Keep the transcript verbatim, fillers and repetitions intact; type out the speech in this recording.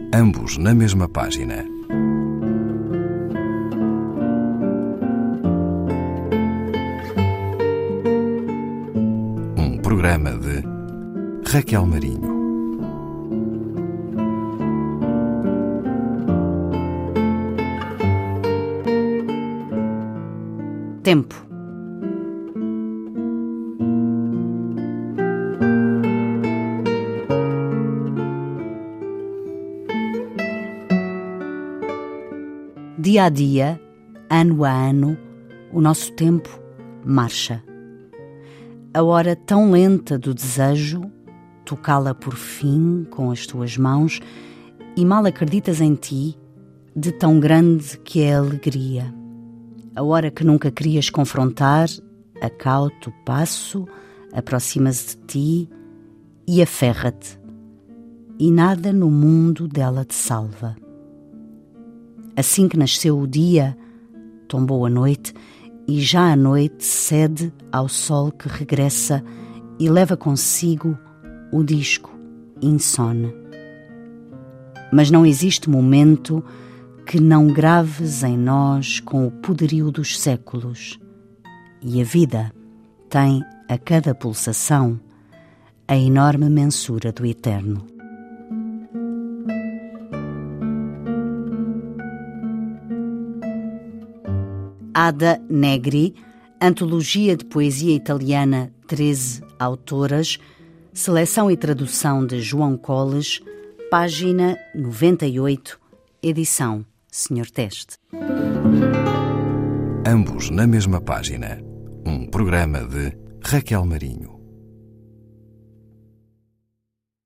ambos na mesma página. Um programa de Raquel Marinho. Tempo. Dia a dia, ano a ano, o nosso tempo marcha. A hora tão lenta do desejo, tocá-la por fim com as tuas mãos, e mal acreditas em ti, de tão grande que é a alegria. A hora que nunca querias confrontar, acauta o passo, aproxima-se de ti e aferra-te. E nada no mundo dela te salva. Assim que nasceu o dia, tombou a noite, e já a noite cede ao sol que regressa e leva consigo o disco insone. Mas não existe momento que não graves em nós com o poderio dos séculos, e a vida tem a cada pulsação a enorme mensura do eterno. Ada Negri, antologia de poesia italiana, treze autoras, seleção e tradução de João Coles, página noventa e oito, edição senhor Teste. Ambos na mesma página. Um programa de Raquel Marinho.